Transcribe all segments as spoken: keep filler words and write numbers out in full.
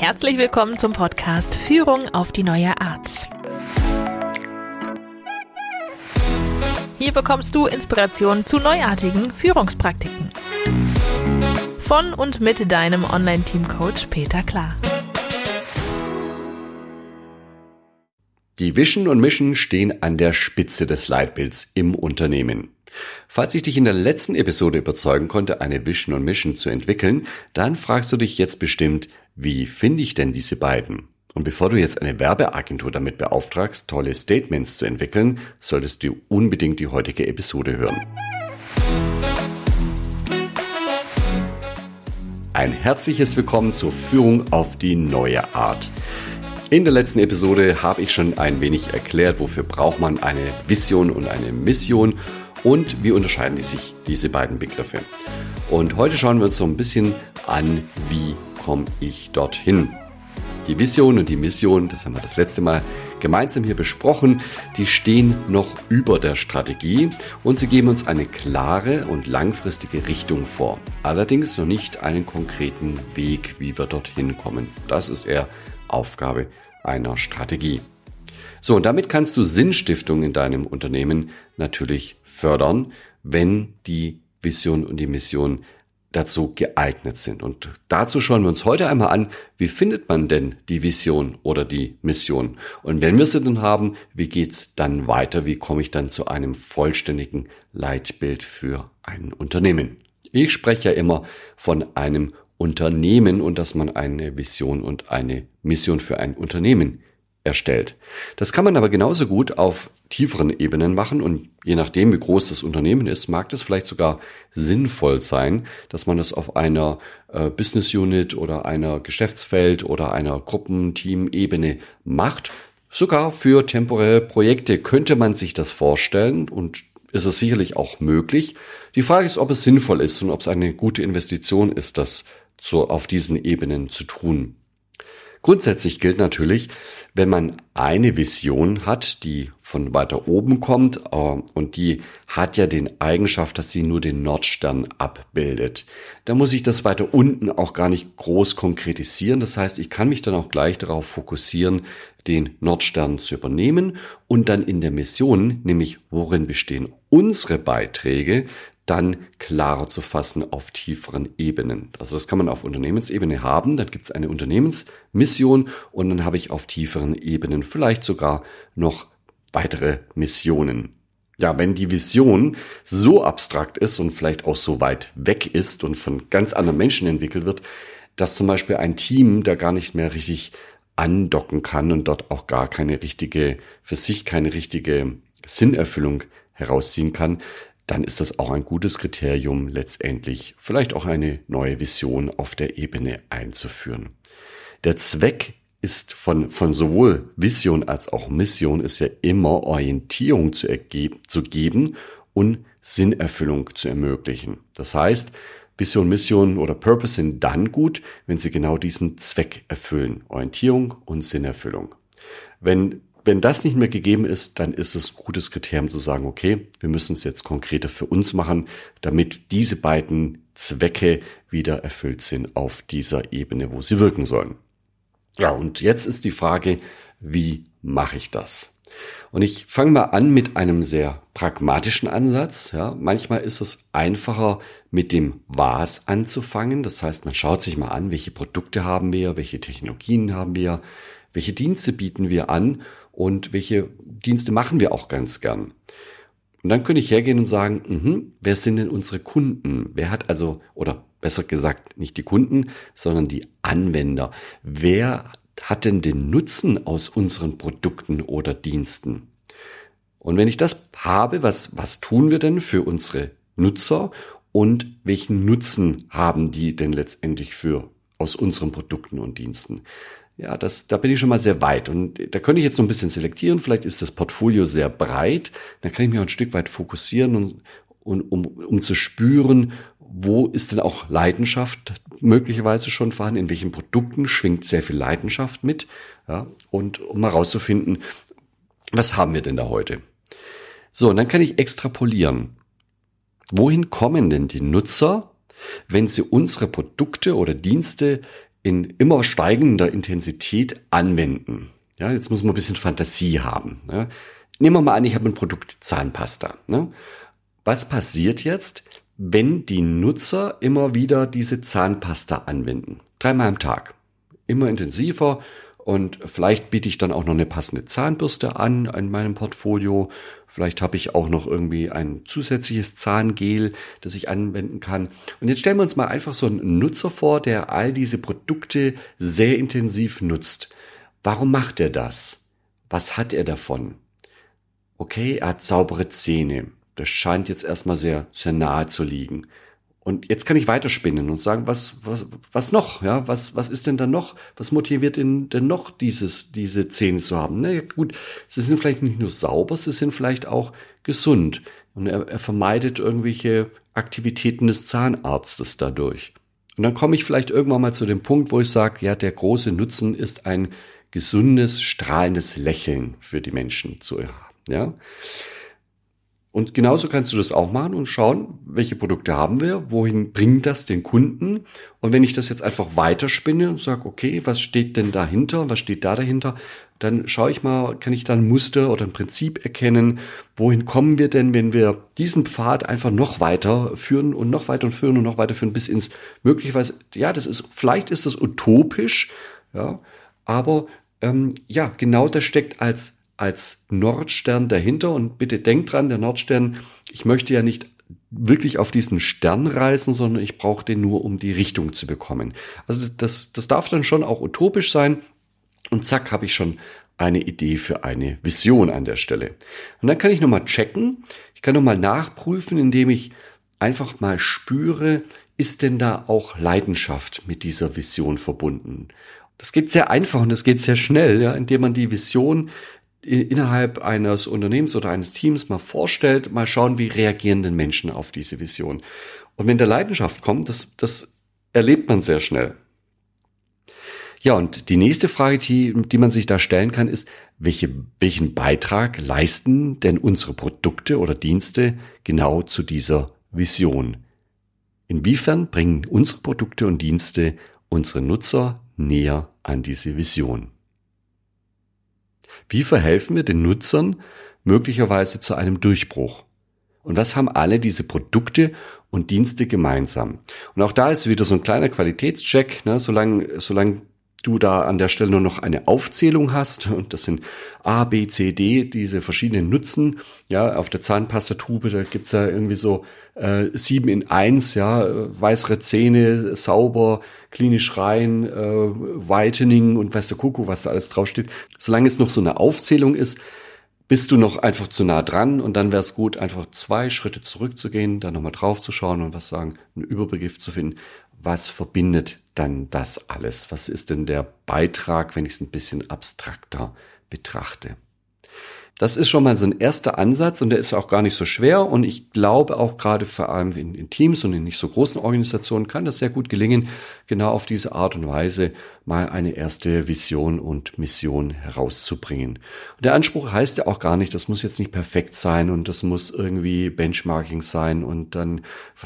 Herzlich willkommen zum Podcast Führung auf die neue Art. Hier bekommst du Inspiration zu neuartigen Führungspraktiken. Von und mit deinem Online-Team-Coach Peter Klar. Die Vision und Mission stehen an der Spitze des Leitbilds im Unternehmen. Falls ich dich in der letzten Episode überzeugen konnte, eine Vision und Mission zu entwickeln, dann fragst du dich jetzt bestimmt, wie finde ich denn diese beiden? Und bevor du jetzt eine Werbeagentur damit beauftragst, tolle Statements zu entwickeln, solltest du unbedingt die heutige Episode hören. Ein herzliches Willkommen zur Führung auf die neue Art. In der letzten Episode habe ich schon ein wenig erklärt, wofür braucht man eine Vision und eine Mission und wie unterscheiden die sich, diese beiden Begriffe. Und heute schauen wir uns so ein bisschen an, wie komme ich dorthin. Die Vision und die Mission, das haben wir das letzte Mal gemeinsam hier besprochen, die stehen noch über der Strategie und sie geben uns eine klare und langfristige Richtung vor. Allerdings noch nicht einen konkreten Weg, wie wir dorthin kommen. Das ist eher Aufgabe einer Strategie. So, und damit kannst du Sinnstiftung in deinem Unternehmen natürlich fördern, wenn die Vision und die Mission dazu geeignet sind. Und dazu schauen wir uns heute einmal an, wie findet man denn die Vision oder die Mission? Und wenn wir sie dann haben, wie geht's dann weiter? Wie komme ich dann zu einem vollständigen Leitbild für ein Unternehmen? Ich spreche ja immer von einem Unternehmen und dass man eine Vision und eine Mission für ein Unternehmen erstellt. Das kann man aber genauso gut auf tieferen Ebenen machen und je nachdem, wie groß das Unternehmen ist, mag das vielleicht sogar sinnvoll sein, dass man das auf einer äh, Business Unit oder einer Geschäftsfeld oder einer Gruppenteam-Ebene macht. Sogar für temporäre Projekte könnte man sich das vorstellen und ist es sicherlich auch möglich. Die Frage ist, ob es sinnvoll ist und ob es eine gute Investition ist, das zu, auf diesen Ebenen zu tun. Grundsätzlich gilt natürlich, wenn man eine Vision hat, die von weiter oben kommt äh, und die hat ja den Eigenschaft, dass sie nur den Nordstern abbildet. Da muss ich das weiter unten auch gar nicht groß konkretisieren. Das heißt, ich kann mich dann auch gleich darauf fokussieren, den Nordstern zu übernehmen und dann in der Mission, nämlich worin bestehen unsere Beiträge, dann klarer zu fassen auf tieferen Ebenen. Also das kann man auf Unternehmensebene haben, dann gibt es eine Unternehmensmission und dann habe ich auf tieferen Ebenen vielleicht sogar noch weitere Missionen. Ja, wenn die Vision so abstrakt ist und vielleicht auch so weit weg ist und von ganz anderen Menschen entwickelt wird, dass zum Beispiel ein Team da gar nicht mehr richtig andocken kann und dort auch gar keine richtige, für sich keine richtige Sinnerfüllung herausziehen kann, dann ist das auch ein gutes Kriterium, letztendlich vielleicht auch eine neue Vision auf der Ebene einzuführen. Der Zweck ist von, von sowohl Vision als auch Mission ist ja immer Orientierung zu, ergeben, zu geben und Sinnerfüllung zu ermöglichen. Das heißt, Vision, Mission oder Purpose sind dann gut, wenn sie genau diesen Zweck erfüllen. Orientierung und Sinnerfüllung. Wenn Wenn das nicht mehr gegeben ist, dann ist es ein gutes Kriterium zu sagen, okay, wir müssen es jetzt konkreter für uns machen, damit diese beiden Zwecke wieder erfüllt sind auf dieser Ebene, wo sie wirken sollen. Ja, und jetzt ist die Frage, wie mache ich das? Und ich fange mal an mit einem sehr pragmatischen Ansatz. Ja, manchmal ist es einfacher, mit dem Was anzufangen. Das heißt, man schaut sich mal an, welche Produkte haben wir, welche Technologien haben wir, welche Dienste bieten wir an und welche Dienste machen wir auch ganz gern. Und dann könnte ich hergehen und sagen, mh, wer sind denn unsere Kunden? Wer hat also, oder besser gesagt, nicht die Kunden, sondern die Anwender. Wer hat denn den Nutzen aus unseren Produkten oder Diensten? Und wenn ich das habe, was, was tun wir denn für unsere Nutzer und welchen Nutzen haben die denn letztendlich für aus unseren Produkten und Diensten? Ja, das, da bin ich schon mal sehr weit und da könnte ich jetzt noch ein bisschen selektieren. Vielleicht ist das Portfolio sehr breit. Dann kann ich mich auch ein Stück weit fokussieren und, und um, um zu spüren, wo ist denn auch Leidenschaft möglicherweise schon vorhanden? In welchen Produkten schwingt sehr viel Leidenschaft mit? Ja, und um mal rauszufinden, was haben wir denn da heute? So, und dann kann ich extrapolieren. Wohin kommen denn die Nutzer, wenn sie unsere Produkte oder Dienste in immer steigender Intensität anwenden. Ja, jetzt muss man ein bisschen Fantasie haben. Ja. Nehmen wir mal an, ich habe ein Produkt Zahnpasta. Ne? Was passiert jetzt, wenn die Nutzer immer wieder diese Zahnpasta anwenden? Dreimal am Tag. Immer intensiver. Und vielleicht biete ich dann auch noch eine passende Zahnbürste an in meinem Portfolio. Vielleicht habe ich auch noch irgendwie ein zusätzliches Zahngel, das ich anwenden kann. Und jetzt stellen wir uns mal einfach so einen Nutzer vor, der all diese Produkte sehr intensiv nutzt. Warum macht er das? Was hat er davon? Okay, er hat saubere Zähne. Das scheint jetzt erstmal sehr, sehr nahe zu liegen. Und jetzt kann ich weiterspinnen und sagen, was, was, was noch? Ja, was, was ist denn da noch? Was motiviert ihn denn noch, dieses, diese Zähne zu haben? Na ja, gut, sie sind vielleicht nicht nur sauber, sie sind vielleicht auch gesund. Und er, er vermeidet irgendwelche Aktivitäten des Zahnarztes dadurch. Und dann komme ich vielleicht irgendwann mal zu dem Punkt, wo ich sage, ja, der große Nutzen ist ein gesundes, strahlendes Lächeln für die Menschen zu haben. Ja. Und genauso kannst du das auch machen und schauen, welche Produkte haben wir, wohin bringt das den Kunden? Und wenn ich das jetzt einfach weiterspinne und sage, okay, was steht denn dahinter, was steht da dahinter, dann schaue ich mal, kann ich da ein Muster oder ein Prinzip erkennen, wohin kommen wir denn, wenn wir diesen Pfad einfach noch weiter führen und noch weiter führen und noch weiter führen bis ins möglicherweise, ja, das ist, vielleicht ist das utopisch, ja, aber ähm, ja, genau das steckt als als Nordstern dahinter. Und bitte denkt dran, der Nordstern, ich möchte ja nicht wirklich auf diesen Stern reisen, sondern ich brauche den nur, um die Richtung zu bekommen. Also das, das darf dann schon auch utopisch sein. Und zack, habe ich schon eine Idee für eine Vision an der Stelle. Und dann kann ich nochmal checken. Ich kann nochmal nachprüfen, indem ich einfach mal spüre, ist denn da auch Leidenschaft mit dieser Vision verbunden? Das geht sehr einfach und das geht sehr schnell, ja, indem man die Vision innerhalb eines Unternehmens oder eines Teams mal vorstellt, mal schauen, wie reagieren denn Menschen auf diese Vision. Und wenn da Leidenschaft kommt, das, das erlebt man sehr schnell. Ja, und die nächste Frage, die, die man sich da stellen kann, ist, welche, welchen Beitrag leisten denn unsere Produkte oder Dienste genau zu dieser Vision? Inwiefern bringen unsere Produkte und Dienste unsere Nutzer näher an diese Vision? Wie verhelfen wir den Nutzern möglicherweise zu einem Durchbruch? Und was haben alle diese Produkte und Dienste gemeinsam? Und auch da ist wieder so ein kleiner Qualitätscheck, ne, solange, solange du da an der Stelle nur noch eine Aufzählung hast, und das sind A, B, C, D, diese verschiedenen Nutzen, ja, auf der Zahnpastatube, da gibt's ja irgendwie so äh, sieben in eins, ja, weißere Zähne, sauber, klinisch rein, äh, Whitening und weißt du Kuckuck, was da alles draufsteht. Solange es noch so eine Aufzählung ist, bist du noch einfach zu nah dran, und dann wäre es gut, einfach zwei Schritte zurückzugehen, da nochmal drauf zu schauen und was sagen, einen Überbegriff zu finden. Was verbindet dann das alles? Was ist denn der Beitrag, wenn ich es ein bisschen abstrakter betrachte? Das ist schon mal so ein erster Ansatz, und der ist auch gar nicht so schwer, und ich glaube auch gerade vor allem in, in Teams und in nicht so großen Organisationen kann das sehr gut gelingen, genau auf diese Art und Weise mal eine erste Vision und Mission herauszubringen. Und der Anspruch heißt ja auch gar nicht, das muss jetzt nicht perfekt sein und das muss irgendwie Benchmarking sein, und dann,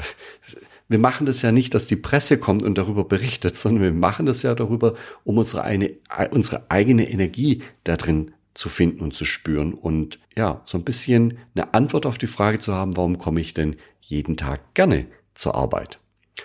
wir machen das ja nicht, dass die Presse kommt und darüber berichtet, sondern wir machen das ja darüber, um unsere, eine, unsere eigene Energie da drin zu finden und zu spüren und ja, so ein bisschen eine Antwort auf die Frage zu haben, warum komme ich denn jeden Tag gerne zur Arbeit?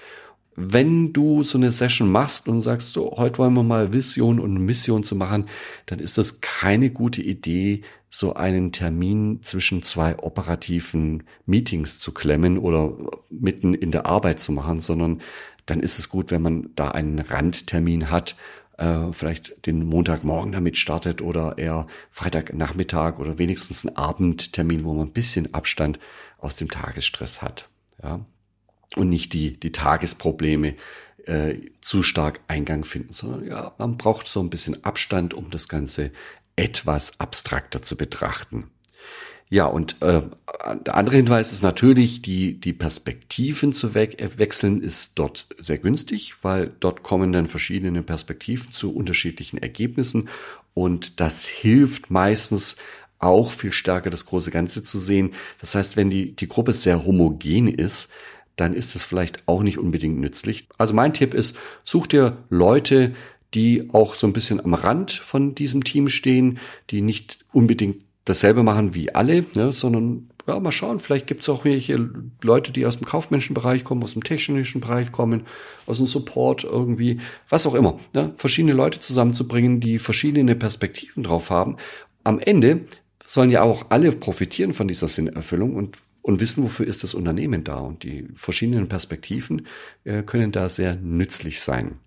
Wenn du so eine Session machst und sagst, so, heute wollen wir mal Vision und Mission zu machen, dann ist das keine gute Idee, so einen Termin zwischen zwei operativen Meetings zu klemmen oder mitten in der Arbeit zu machen, sondern dann ist es gut, wenn man da einen Randtermin hat, äh, vielleicht den Montagmorgen damit startet oder eher Freitagnachmittag oder wenigstens einen Abendtermin, wo man ein bisschen Abstand aus dem Tagesstress hat, ja, und nicht die die Tagesprobleme äh, zu stark Eingang finden, sondern ja, man braucht so ein bisschen Abstand, um das Ganze etwas abstrakter zu betrachten. Ja, und äh, der andere Hinweis ist natürlich, die die Perspektiven zu we- wechseln ist dort sehr günstig, weil dort kommen dann verschiedene Perspektiven zu unterschiedlichen Ergebnissen, und das hilft meistens auch viel stärker, das große Ganze zu sehen. Das heißt, wenn die die Gruppe sehr homogen ist, dann ist das vielleicht auch nicht unbedingt nützlich. Also mein Tipp ist, such dir Leute, die auch so ein bisschen am Rand von diesem Team stehen, die nicht unbedingt dasselbe machen wie alle, ne, sondern ja, mal schauen, vielleicht gibt es auch welche Leute, die aus dem kaufmännischen Bereich kommen, aus dem technischen Bereich kommen, aus dem Support irgendwie, was auch immer. Ne? Verschiedene Leute zusammenzubringen, die verschiedene Perspektiven drauf haben. Am Ende sollen ja auch alle profitieren von dieser Sinnerfüllung und, und wissen, wofür ist das Unternehmen da. Und die verschiedenen Perspektiven äh, können da sehr nützlich sein.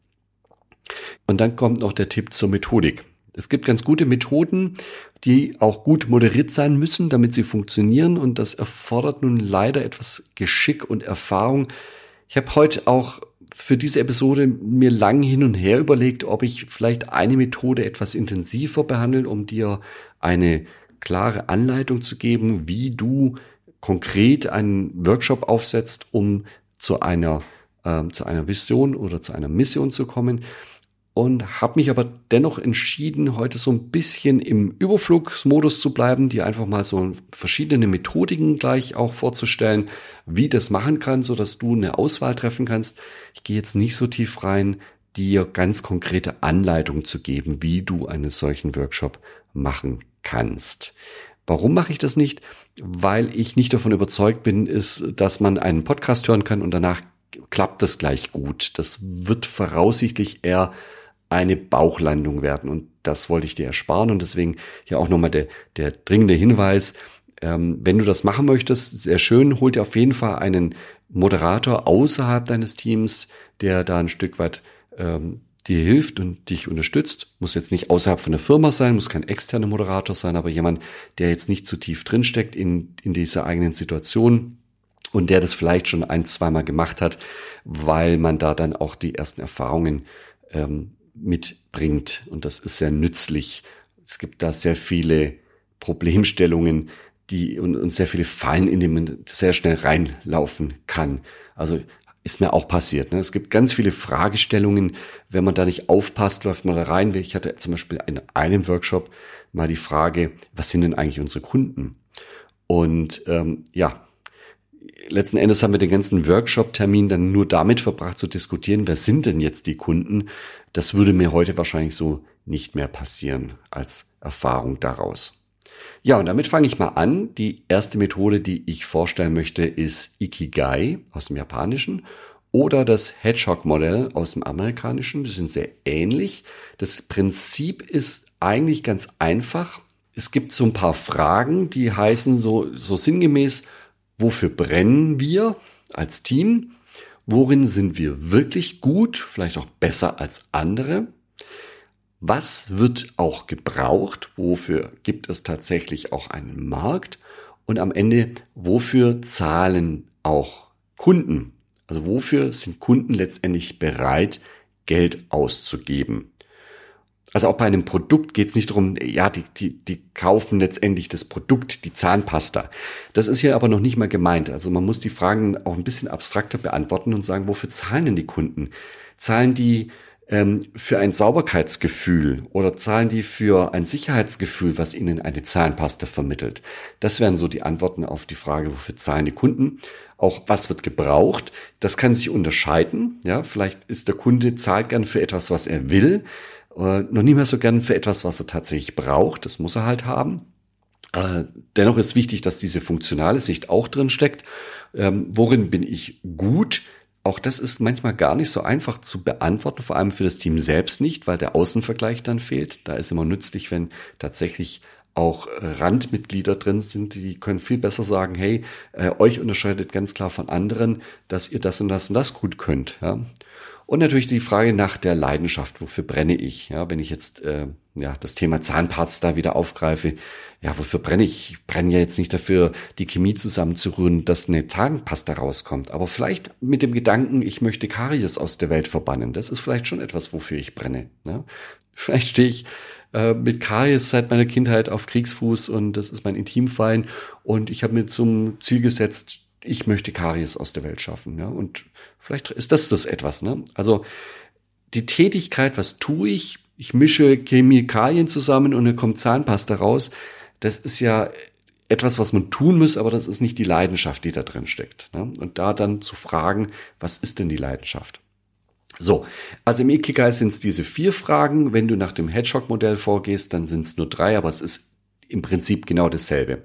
Und dann kommt noch der Tipp zur Methodik. Es gibt ganz gute Methoden, die auch gut moderiert sein müssen, damit sie funktionieren. Und das erfordert nun leider etwas Geschick und Erfahrung. Ich habe heute auch für diese Episode mir lang hin und her überlegt, ob ich vielleicht eine Methode etwas intensiver behandle, um dir eine klare Anleitung zu geben, wie du konkret einen Workshop aufsetzt, um zu einer, äh, zu einer Vision oder zu einer Mission zu kommen. Und habe mich aber dennoch entschieden, heute so ein bisschen im Überflugsmodus zu bleiben, dir einfach mal so verschiedene Methodiken gleich auch vorzustellen, wie das machen kann, so dass du eine Auswahl treffen kannst. Ich gehe jetzt nicht so tief rein, dir ganz konkrete Anleitungen zu geben, wie du einen solchen Workshop machen kannst. Warum mache ich das nicht? Weil ich nicht davon überzeugt bin, ist, dass man einen Podcast hören kann und danach klappt das gleich gut. Das wird voraussichtlich eher eine Bauchlandung werden und das wollte ich dir ersparen und deswegen hier auch nochmal der, der dringende Hinweis, ähm, wenn du das machen möchtest, sehr schön, hol dir auf jeden Fall einen Moderator außerhalb deines Teams, der da ein Stück weit ähm, dir hilft und dich unterstützt. Muss jetzt nicht außerhalb von der Firma sein, muss kein externer Moderator sein, aber jemand, der jetzt nicht zu tief drinsteckt in, in dieser eigenen Situation und der das vielleicht schon ein, zweimal gemacht hat, weil man da dann auch die ersten Erfahrungen ähm, mitbringt und das ist sehr nützlich. Es gibt da sehr viele Problemstellungen, die und, und sehr viele Fallen, in denen man sehr schnell reinlaufen kann. Also ist mir auch passiert. Ne? Es gibt ganz viele Fragestellungen, wenn man da nicht aufpasst, läuft man da rein. Ich hatte zum Beispiel in einem Workshop mal die Frage, was sind denn eigentlich unsere Kunden? Und ähm, ja, letzten Endes haben wir den ganzen Workshop-Termin dann nur damit verbracht zu diskutieren, wer sind denn jetzt die Kunden? Das würde mir heute wahrscheinlich so nicht mehr passieren als Erfahrung daraus. Ja, und damit fange ich mal an. Die erste Methode, die ich vorstellen möchte, ist Ikigai aus dem Japanischen oder das Hedgehog-Modell aus dem Amerikanischen. Die sind sehr ähnlich. Das Prinzip ist eigentlich ganz einfach. Es gibt so ein paar Fragen, die heißen so, so sinngemäß, wofür brennen wir als Team? Worin sind wir wirklich gut, vielleicht auch besser als andere? Was wird auch gebraucht? Wofür gibt es tatsächlich auch einen Markt? Und am Ende, wofür zahlen auch Kunden? Also wofür sind Kunden letztendlich bereit, Geld auszugeben? Also auch bei einem Produkt geht es nicht darum, ja, die, die, die kaufen letztendlich das Produkt, die Zahnpasta. Das ist hier aber noch nicht mal gemeint. Also man muss die Fragen auch ein bisschen abstrakter beantworten und sagen, wofür zahlen denn die Kunden? Zahlen die ähm, für ein Sauberkeitsgefühl oder zahlen die für ein Sicherheitsgefühl, was ihnen eine Zahnpasta vermittelt? Das wären so die Antworten auf die Frage, wofür zahlen die Kunden? Auch was wird gebraucht? Das kann sich unterscheiden. Ja, vielleicht ist der Kunde zahlt gern für etwas, was er will. Äh, noch nicht mehr so gern für etwas, was er tatsächlich braucht. Das muss er halt haben. Äh, dennoch ist wichtig, dass diese funktionale Sicht auch drin steckt. Ähm, worin bin ich gut? Auch das ist manchmal gar nicht so einfach zu beantworten, vor allem für das Team selbst nicht, weil der Außenvergleich dann fehlt. Da ist immer nützlich, wenn tatsächlich auch Randmitglieder drin sind, die können viel besser sagen, hey, äh, euch unterscheidet ganz klar von anderen, dass ihr das und das und das gut könnt. Ja? Und natürlich die Frage nach der Leidenschaft, wofür brenne ich? Ja, wenn ich jetzt äh, ja das Thema Zahnpasta wieder aufgreife, ja, wofür brenne ich? Ich brenne ja jetzt nicht dafür, die Chemie zusammenzurühren, dass eine Zahnpasta rauskommt. Aber vielleicht mit dem Gedanken, ich möchte Karies aus der Welt verbannen. Das ist vielleicht schon etwas, wofür ich brenne. Ja? Vielleicht stehe ich äh, mit Karies seit meiner Kindheit auf Kriegsfuß und das ist mein Intimfeind. Und ich habe mir zum Ziel gesetzt, ich möchte Karies aus der Welt schaffen, ja, und vielleicht ist das das etwas, ne? Also die Tätigkeit, was tue ich? Ich mische Chemikalien zusammen und dann kommt Zahnpasta raus. Das ist ja etwas, was man tun muss, aber das ist nicht die Leidenschaft, die da drin steckt. Ne? Und da dann zu fragen, was ist denn die Leidenschaft? So, also im Ikigai sind es diese vier Fragen. Wenn du nach dem Hedgehog-Modell vorgehst, dann sind es nur drei, aber es ist im Prinzip genau dasselbe.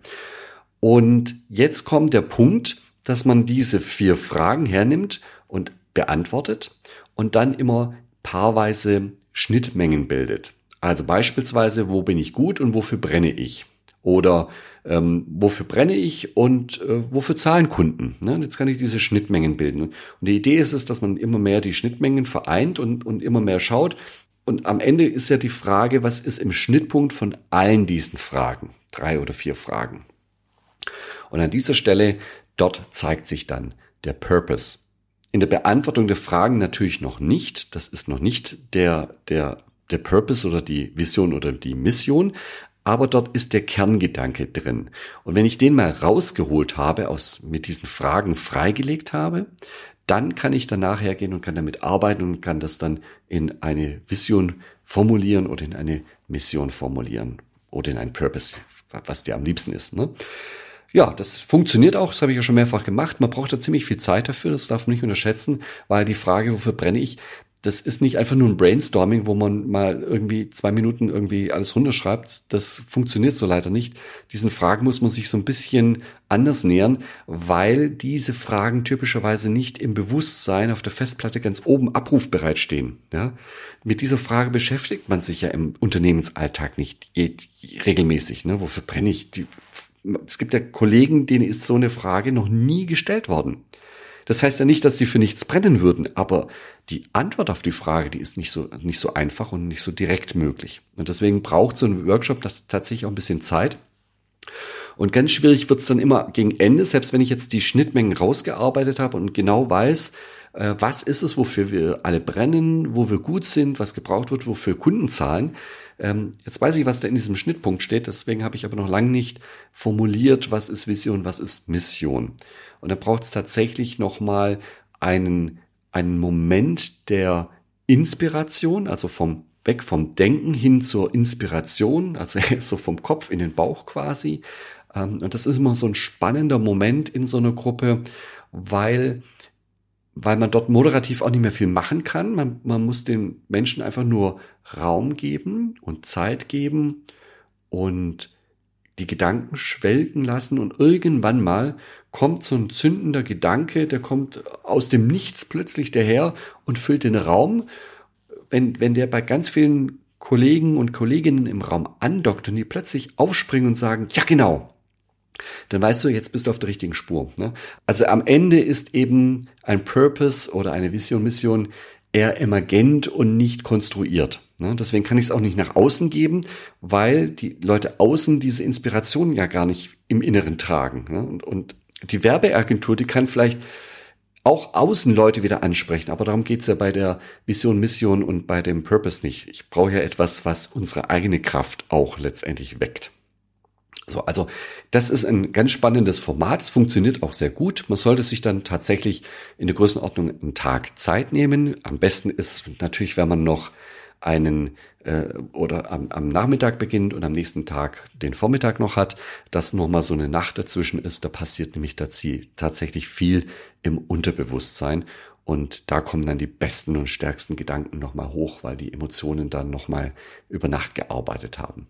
Und jetzt kommt der Punkt, dass man diese vier Fragen hernimmt und beantwortet und dann immer paarweise Schnittmengen bildet. Also beispielsweise, wo bin ich gut und wofür brenne ich? Oder ähm, wofür brenne ich und äh, wofür zahlen Kunden? Ne? Jetzt kann ich diese Schnittmengen bilden. Und die Idee ist es, dass man immer mehr die Schnittmengen vereint und, und immer mehr schaut. Und am Ende ist ja die Frage, was ist im Schnittpunkt von allen diesen Fragen? Drei oder vier Fragen. Und an dieser Stelle, dort zeigt sich dann der Purpose. In der Beantwortung der Fragen natürlich noch nicht. Das ist noch nicht der, der, der Purpose oder die Vision oder die Mission. Aber dort ist der Kerngedanke drin. Und wenn ich den mal rausgeholt habe, aus, mit diesen Fragen freigelegt habe, dann kann ich danach hergehen und kann damit arbeiten und kann das dann in eine Vision formulieren oder in eine Mission formulieren oder in einen Purpose, was dir am liebsten ist. Ne? Ja, das funktioniert auch, das habe ich ja schon mehrfach gemacht. Man braucht da ziemlich viel Zeit dafür, das darf man nicht unterschätzen, weil die Frage, wofür brenne ich, das ist nicht einfach nur ein Brainstorming, wo man mal irgendwie zwei Minuten irgendwie alles runterschreibt. Das funktioniert so leider nicht. Diesen Fragen muss man sich so ein bisschen anders nähern, weil diese Fragen typischerweise nicht im Bewusstsein auf der Festplatte ganz oben abrufbereit stehen. Ja? Mit dieser Frage beschäftigt man sich ja im Unternehmensalltag nicht regelmäßig. Ne? Wofür brenne ich? Die, es gibt ja Kollegen, denen ist so eine Frage noch nie gestellt worden. Das heißt ja nicht, dass sie für nichts brennen würden, aber die Antwort auf die Frage, die ist nicht so, nicht so einfach und nicht so direkt möglich. Und deswegen braucht so ein Workshop tatsächlich auch ein bisschen Zeit. Und ganz schwierig wird's dann immer gegen Ende, selbst wenn ich jetzt die Schnittmengen rausgearbeitet habe und genau weiß, äh, was ist es, wofür wir alle brennen, wo wir gut sind, was gebraucht wird, wofür Kunden zahlen. Ähm, jetzt weiß ich, was da in diesem Schnittpunkt steht, deswegen habe ich aber noch lange nicht formuliert, was ist Vision, was ist Mission. Und dann braucht es tatsächlich nochmal einen, einen Moment der Inspiration, also vom weg vom Denken hin zur Inspiration, also so vom Kopf in den Bauch quasi. Und das ist immer so ein spannender Moment in so einer Gruppe, weil, weil man dort moderativ auch nicht mehr viel machen kann. Man, man muss den Menschen einfach nur Raum geben und Zeit geben und die Gedanken schwelgen lassen und irgendwann mal kommt so ein zündender Gedanke, der kommt aus dem Nichts plötzlich daher und füllt den Raum. Wenn, wenn der bei ganz vielen Kollegen und Kolleginnen im Raum andockt und die plötzlich aufspringen und sagen, ja genau, dann weißt du, jetzt bist du auf der richtigen Spur. Ne? Also am Ende ist eben ein Purpose oder eine Vision, Mission eher emergent und nicht konstruiert. Ne? Deswegen kann ich es auch nicht nach außen geben, weil die Leute außen diese Inspiration ja gar nicht im Inneren tragen. Ne? Und, und die Werbeagentur, die kann vielleicht auch außen Leute wieder ansprechen, aber darum geht's ja bei der Vision, Mission und bei dem Purpose nicht. Ich brauche ja etwas, was unsere eigene Kraft auch letztendlich weckt. So, also das ist ein ganz spannendes Format. Es funktioniert auch sehr gut. Man sollte sich dann tatsächlich in der Größenordnung einen Tag Zeit nehmen. Am besten ist natürlich, wenn man noch einen äh, oder am, am Nachmittag beginnt und am nächsten Tag den Vormittag noch hat, dass nochmal so eine Nacht dazwischen ist. Da passiert nämlich tatsächlich viel im Unterbewusstsein. Und da kommen dann die besten und stärksten Gedanken nochmal hoch, weil die Emotionen dann nochmal über Nacht gearbeitet haben.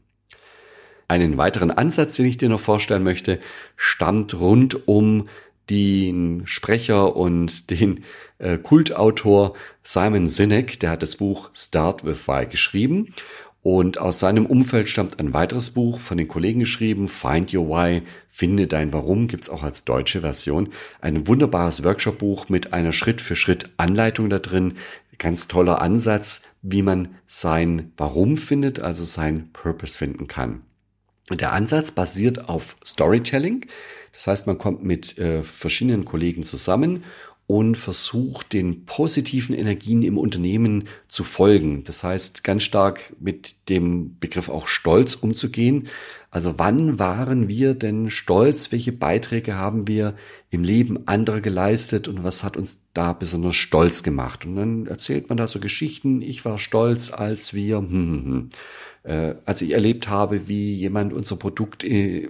Einen weiteren Ansatz, den ich dir noch vorstellen möchte, stammt rund um den Sprecher und den äh, Kultautor Simon Sinek. Der hat das Buch Start with Why geschrieben. Und aus seinem Umfeld stammt ein weiteres Buch von den Kollegen geschrieben, Find Your Why, Finde dein Warum, gibt's auch als deutsche Version. Ein wunderbares Workshop-Buch mit einer Schritt-für-Schritt-Anleitung da drin. Ganz toller Ansatz, wie man sein Warum findet, also sein Purpose finden kann. Der Ansatz basiert auf Storytelling. Das heißt, man kommt mit äh, verschiedenen Kollegen zusammen und versucht, den positiven Energien im Unternehmen zu folgen. Das heißt, ganz stark mit dem Begriff auch Stolz umzugehen. Also wann waren wir denn stolz? Welche Beiträge haben wir im Leben anderer geleistet und was hat uns da besonders stolz gemacht? Und dann erzählt man da so Geschichten. Ich war stolz, als wir, hm, hm, hm, äh, als ich erlebt habe, wie jemand unser Produkt äh,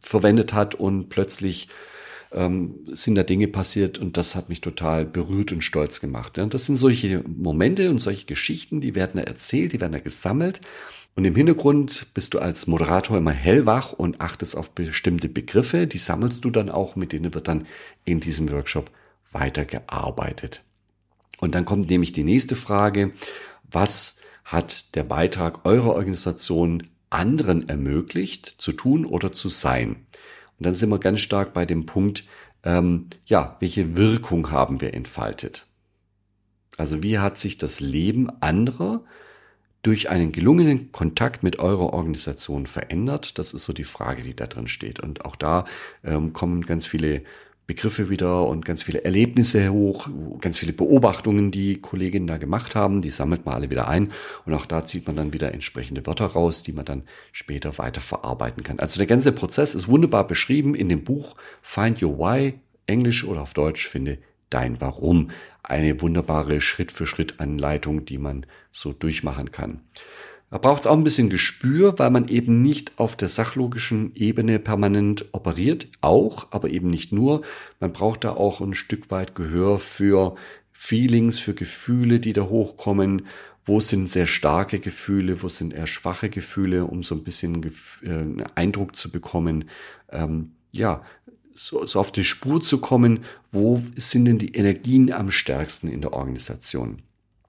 verwendet hat und plötzlich ähm, sind da Dinge passiert und das hat mich total berührt und stolz gemacht. Ja. Und das sind solche Momente und solche Geschichten, die werden da erzählt, die werden da gesammelt. Und im Hintergrund bist du als Moderator immer hellwach und achtest auf bestimmte Begriffe. Die sammelst du dann auch, mit denen wird dann in diesem Workshop weitergearbeitet. Und dann kommt nämlich die nächste Frage: Was hat der Beitrag eurer Organisation anderen ermöglicht, zu tun oder zu sein? Und dann sind wir ganz stark bei dem Punkt, ähm, ja, welche Wirkung haben wir entfaltet? Also wie hat sich das Leben anderer durch einen gelungenen Kontakt mit eurer Organisation verändert? Das ist so die Frage, die da drin steht. Und auch da ähm, kommen ganz viele Begriffe wieder und ganz viele Erlebnisse hoch, ganz viele Beobachtungen, die Kolleginnen da gemacht haben, die sammelt man alle wieder ein und auch da zieht man dann wieder entsprechende Wörter raus, die man dann später weiter verarbeiten kann. Also der ganze Prozess ist wunderbar beschrieben in dem Buch Find Your Why, Englisch oder auf Deutsch, finde dein Warum. Eine wunderbare Schritt-für-Schritt-Anleitung, die man so durchmachen kann. Da braucht es auch ein bisschen Gespür, weil man eben nicht auf der sachlogischen Ebene permanent operiert, auch, aber eben nicht nur. Man braucht da auch ein Stück weit Gehör für Feelings, für Gefühle, die da hochkommen. Wo sind sehr starke Gefühle, wo sind eher schwache Gefühle, um so ein bisschen äh, einen Eindruck zu bekommen. Ähm, ja, so, so auf die Spur zu kommen, wo sind denn die Energien am stärksten in der Organisation?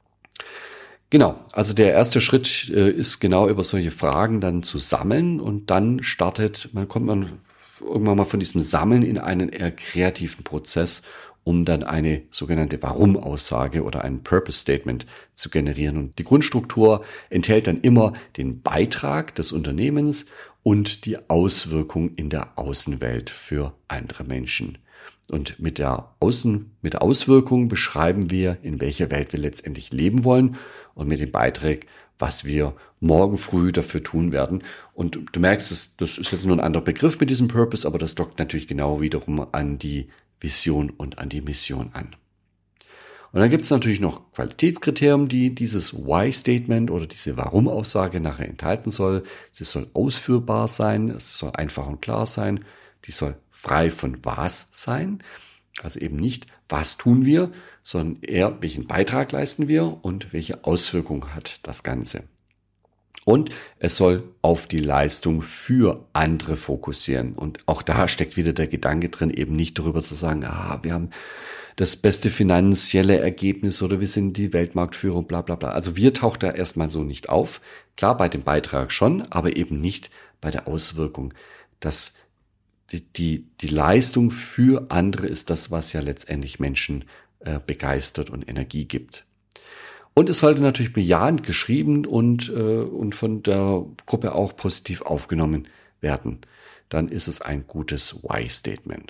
Genau, also der erste Schritt äh, ist genau über solche Fragen dann zu sammeln und dann startet, man kommt man irgendwann mal von diesem Sammeln in einen eher kreativen Prozess, um dann eine sogenannte Warum-Aussage oder ein Purpose-Statement zu generieren. Und die Grundstruktur enthält dann immer den Beitrag des Unternehmens und die Auswirkung in der Außenwelt für andere Menschen. Und mit der Außen, mit der Auswirkung beschreiben wir, in welcher Welt wir letztendlich leben wollen und mit dem Beitrag, was wir morgen früh dafür tun werden. Und du merkst, das ist jetzt nur ein anderer Begriff mit diesem Purpose, aber das dockt natürlich genau wiederum an die Vision und an die Mission an. Und dann gibt es natürlich noch Qualitätskriterien, die dieses Why-Statement oder diese Warum-Aussage nachher enthalten soll. Sie soll ausführbar sein, es soll einfach und klar sein, die soll frei von was sein, also eben nicht, was tun wir, sondern eher, welchen Beitrag leisten wir und welche Auswirkung hat das Ganze. Und es soll auf die Leistung für andere fokussieren. Und auch da steckt wieder der Gedanke drin, eben nicht darüber zu sagen, ah, wir haben das beste finanzielle Ergebnis oder wir sind die Weltmarktführung, bla bla bla. Also wir taucht da erstmal so nicht auf. Klar, bei dem Beitrag schon, aber eben nicht bei der Auswirkung. Das Die, die, die Leistung für andere ist das, was ja letztendlich Menschen äh, begeistert und Energie gibt. Und es sollte natürlich bejahend geschrieben und, äh, und von der Gruppe auch positiv aufgenommen werden. Dann ist es ein gutes Why-Statement.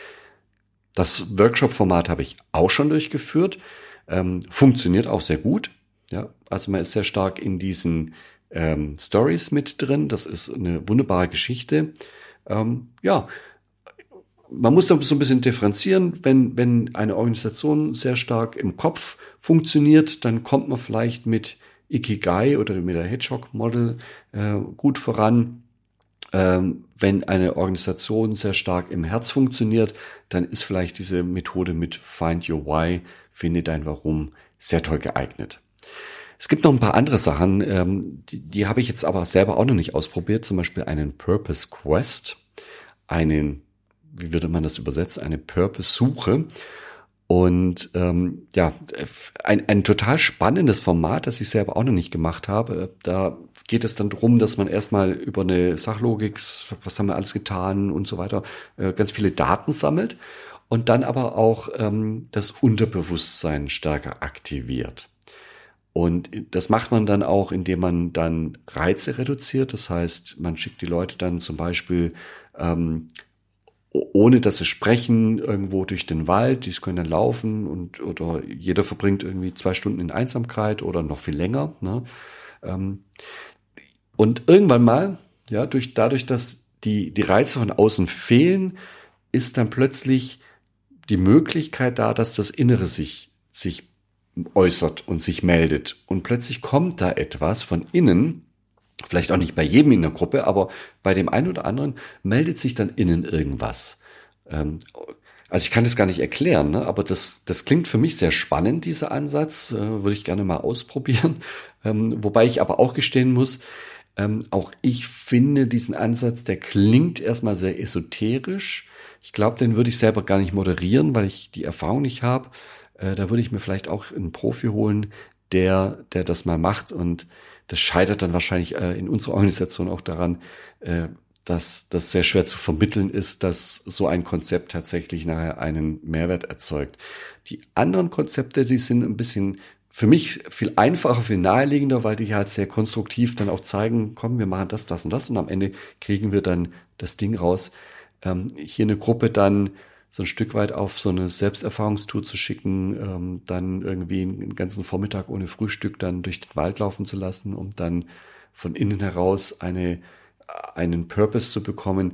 Das Workshop-Format habe ich auch schon durchgeführt. Ähm, funktioniert auch sehr gut. Ja, also man ist sehr stark in diesen ähm, Stories mit drin. Das ist eine wunderbare Geschichte. Ähm, ja, man muss da so ein bisschen differenzieren. Wenn, wenn eine Organisation sehr stark im Kopf funktioniert, dann kommt man vielleicht mit Ikigai oder mit der Hedgehog-Model äh, gut voran. Ähm, wenn eine Organisation sehr stark im Herz funktioniert, dann ist vielleicht diese Methode mit Find Your Why, finde dein Warum, sehr toll geeignet. Es gibt noch ein paar andere Sachen, ähm, die, die habe ich jetzt aber selber auch noch nicht ausprobiert. Zum Beispiel einen Purpose Quest, einen, wie würde man das übersetzen, eine Purpose Suche. Und ähm, ja, ein, ein total spannendes Format, das ich selber auch noch nicht gemacht habe. Da geht es dann darum, dass man erstmal über eine Sachlogik, was haben wir alles getan und so weiter, äh, ganz viele Daten sammelt und dann aber auch ähm, das Unterbewusstsein stärker aktiviert. Und das macht man dann auch, indem man dann Reize reduziert. Das heißt, man schickt die Leute dann zum Beispiel, ähm, ohne dass sie sprechen, irgendwo durch den Wald. Die können dann laufen und oder jeder verbringt irgendwie zwei Stunden in Einsamkeit oder noch viel länger. Ne? Ähm, und irgendwann mal, ja, durch dadurch, dass die die Reize von außen fehlen, ist dann plötzlich die Möglichkeit da, dass das Innere sich sich äußert und sich meldet. Und plötzlich kommt da etwas von innen, Vielleicht auch nicht bei jedem in der Gruppe, aber bei dem einen oder anderen meldet sich dann innen irgendwas. Ähm, also ich kann das gar nicht erklären, ne? Aber das, das klingt für mich sehr spannend, dieser Ansatz. Äh, würde ich gerne mal ausprobieren. Ähm, wobei ich aber auch gestehen muss, ähm, auch ich finde diesen Ansatz, der klingt erstmal sehr esoterisch. Ich glaube, den würde ich selber gar nicht moderieren, weil ich die Erfahrung nicht habe. Äh, da würde ich mir vielleicht auch einen Profi holen, der, der das mal macht. Und das scheitert dann wahrscheinlich äh, in unserer Organisation auch daran, äh, dass das sehr schwer zu vermitteln ist, dass so ein Konzept tatsächlich nachher einen Mehrwert erzeugt. Die anderen Konzepte, die sind ein bisschen für mich viel einfacher, viel naheliegender, weil die halt sehr konstruktiv dann auch zeigen, komm, wir machen das, das und das und am Ende kriegen wir dann das Ding raus. Ähm, hier eine Gruppe dann so ein Stück weit auf so eine Selbsterfahrungstour zu schicken, ähm, dann irgendwie einen ganzen Vormittag ohne Frühstück dann durch den Wald laufen zu lassen, um dann von innen heraus eine einen Purpose zu bekommen.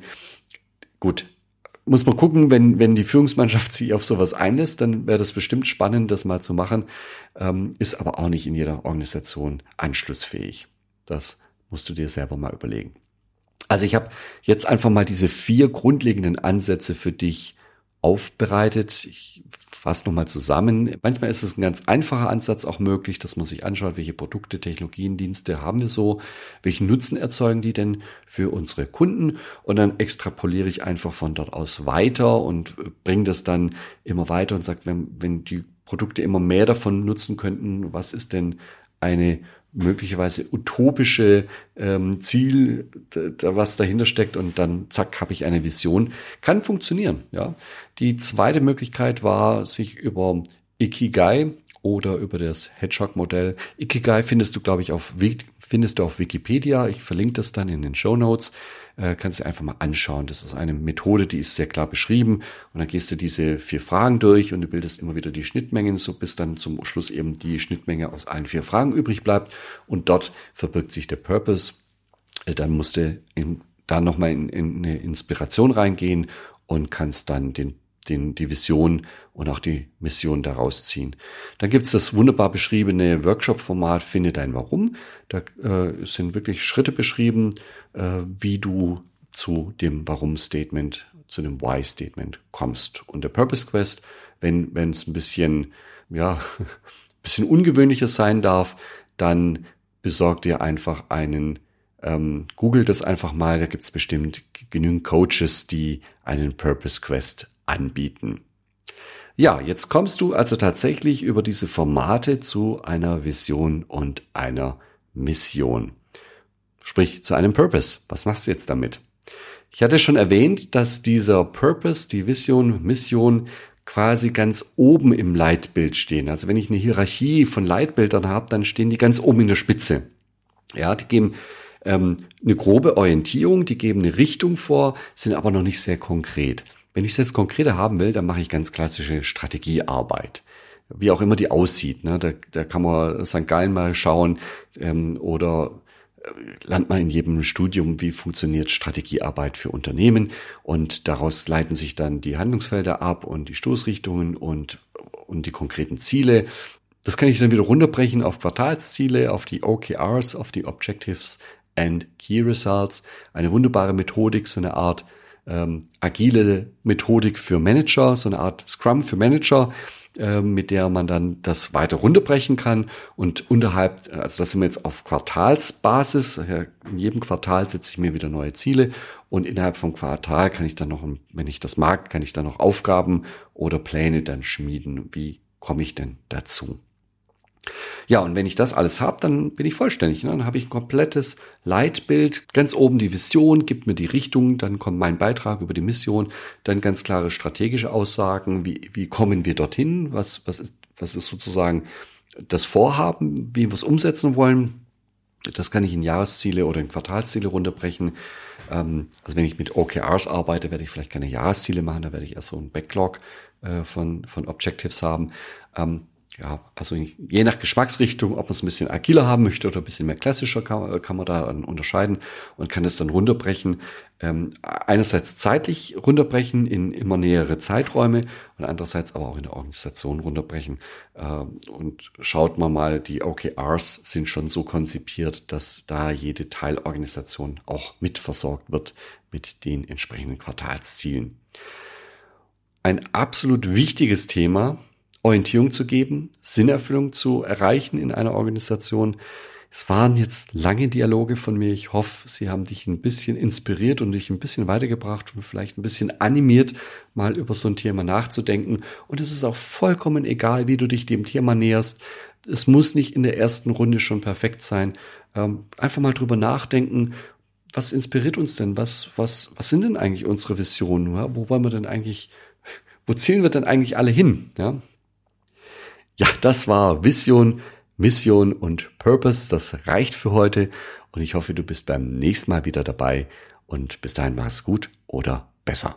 Gut, muss man gucken, wenn wenn die Führungsmannschaft sich auf sowas einlässt, dann wäre das bestimmt spannend, das mal zu machen, ähm, ist aber auch nicht in jeder Organisation anschlussfähig. Das musst du dir selber mal überlegen. Also ich habe jetzt einfach mal diese vier grundlegenden Ansätze für dich aufbereitet. Ich fasse nochmal zusammen. Manchmal ist es ein ganz einfacher Ansatz auch möglich, dass man sich anschaut, welche Produkte, Technologien, Dienste haben wir so, welchen Nutzen erzeugen die denn für unsere Kunden und dann extrapoliere ich einfach von dort aus weiter und bringe das dann immer weiter und sage, wenn, wenn die Produkte immer mehr davon nutzen könnten, was ist denn eine möglicherweise utopische ähm, Ziel, da, was dahinter steckt und dann zack, habe ich eine Vision. Kann funktionieren, ja. Die zweite Möglichkeit war, sich über Ikigai oder über das Hedgehog-Modell. Ikigai findest du, glaube ich, auf findest du auf Wikipedia. Ich verlinke das dann in den Shownotes. Äh, kannst du einfach mal anschauen. Das ist eine Methode, die ist sehr klar beschrieben. Und dann gehst du diese vier Fragen durch und du bildest immer wieder die Schnittmengen, so bis dann zum Schluss eben die Schnittmenge aus allen vier Fragen übrig bleibt. Und dort verbirgt sich der Purpose. Äh, dann musst du in, da nochmal in, in eine Inspiration reingehen und kannst dann den Den, die Vision und auch die Mission daraus ziehen. Dann gibt's das wunderbar beschriebene Workshop-Format Finde dein Warum. Da äh, sind wirklich Schritte beschrieben, äh, wie du zu dem Warum-Statement, zu dem Why-Statement kommst. Und der Purpose Quest, wenn wenn es ein bisschen, ja, ein bisschen ungewöhnlicher sein darf, dann besorg dir einfach einen Ähm, Google das einfach mal, da gibt's bestimmt genügend Coaches, die einen Purpose Quest anbieten. Ja, jetzt kommst du also tatsächlich über diese Formate zu einer Vision und einer Mission. Sprich, zu einem Purpose. Was machst du jetzt damit? Ich hatte schon erwähnt, dass dieser Purpose, die Vision, Mission quasi ganz oben im Leitbild stehen. Also wenn ich eine Hierarchie von Leitbildern habe, dann stehen die ganz oben in der Spitze. Ja, die geben ähm, eine grobe Orientierung, die geben eine Richtung vor, sind aber noch nicht sehr konkret. Wenn ich es jetzt konkreter haben will, dann mache ich ganz klassische Strategiearbeit. Wie auch immer die aussieht. Ne? Da, da kann man Sankt Gallen mal schauen ähm, oder lernt man in jedem Studium, wie funktioniert Strategiearbeit für Unternehmen. Und daraus leiten sich dann die Handlungsfelder ab und die Stoßrichtungen und, und die konkreten Ziele. Das kann ich dann wieder runterbrechen auf Quartalsziele, auf die O K Rs, auf die Objectives and Key Results. Eine wunderbare Methodik, so eine Art ähm, agile Methodik für Manager, so eine Art Scrum für Manager, äh, mit der man dann das weiter runterbrechen kann. Und unterhalb, also das sind wir jetzt auf Quartalsbasis, in jedem Quartal setze ich mir wieder neue Ziele und innerhalb vom Quartal kann ich dann noch, wenn ich das mag, kann ich dann noch Aufgaben oder Pläne dann schmieden. Wie komme ich denn dazu? Ja, und wenn ich das alles habe, dann bin ich vollständig. Ne? Dann habe ich ein komplettes Leitbild. Ganz oben die Vision, gibt mir die Richtung, dann kommt mein Beitrag über die Mission, dann ganz klare strategische Aussagen, wie, wie kommen wir dorthin, was, was ist, was ist sozusagen das Vorhaben, wie wir es umsetzen wollen. Das kann ich in Jahresziele oder in Quartalsziele runterbrechen. Ähm, also wenn ich mit O K Rs arbeite, werde ich vielleicht keine Jahresziele machen, da werde ich erst so ein Backlog äh, von, von Objectives haben. Ähm, Ja, also je nach Geschmacksrichtung, ob man es ein bisschen agiler haben möchte oder ein bisschen mehr klassischer, kann, kann man da unterscheiden und kann es dann runterbrechen. Ähm, einerseits zeitlich runterbrechen in immer nähere Zeiträume und andererseits aber auch in der Organisation runterbrechen. Ähm, und schaut man mal, die O K Rs sind schon so konzipiert, dass da jede Teilorganisation auch mitversorgt wird mit den entsprechenden Quartalszielen. Ein absolut wichtiges Thema, Orientierung zu geben, Sinnerfüllung zu erreichen in einer Organisation. Es waren jetzt lange Dialoge von mir. Ich hoffe, sie haben dich ein bisschen inspiriert und dich ein bisschen weitergebracht und vielleicht ein bisschen animiert, mal über so ein Thema nachzudenken. Und es ist auch vollkommen egal, wie du dich dem Thema näherst. Es muss nicht in der ersten Runde schon perfekt sein. Ähm, einfach mal drüber nachdenken. Was inspiriert uns denn? Was, was, was sind denn eigentlich unsere Visionen? Ja? Wo wollen wir denn eigentlich, wo zielen wir denn eigentlich alle hin? Ja? Ja, das war Vision, Mission und Purpose. Das reicht für heute und ich hoffe, du bist beim nächsten Mal wieder dabei und bis dahin mach's gut oder besser.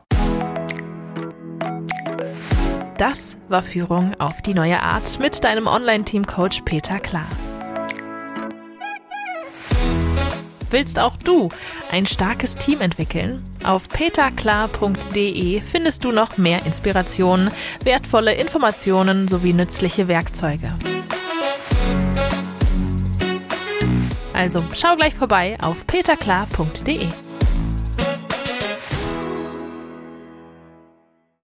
Das war Führung auf die neue Art mit deinem Online-Team-Coach Peter Klar. Willst auch du ein starkes Team entwickeln? Auf peterklar punkt de findest du noch mehr Inspirationen, wertvolle Informationen sowie nützliche Werkzeuge. Also schau gleich vorbei auf peterklar punkt de.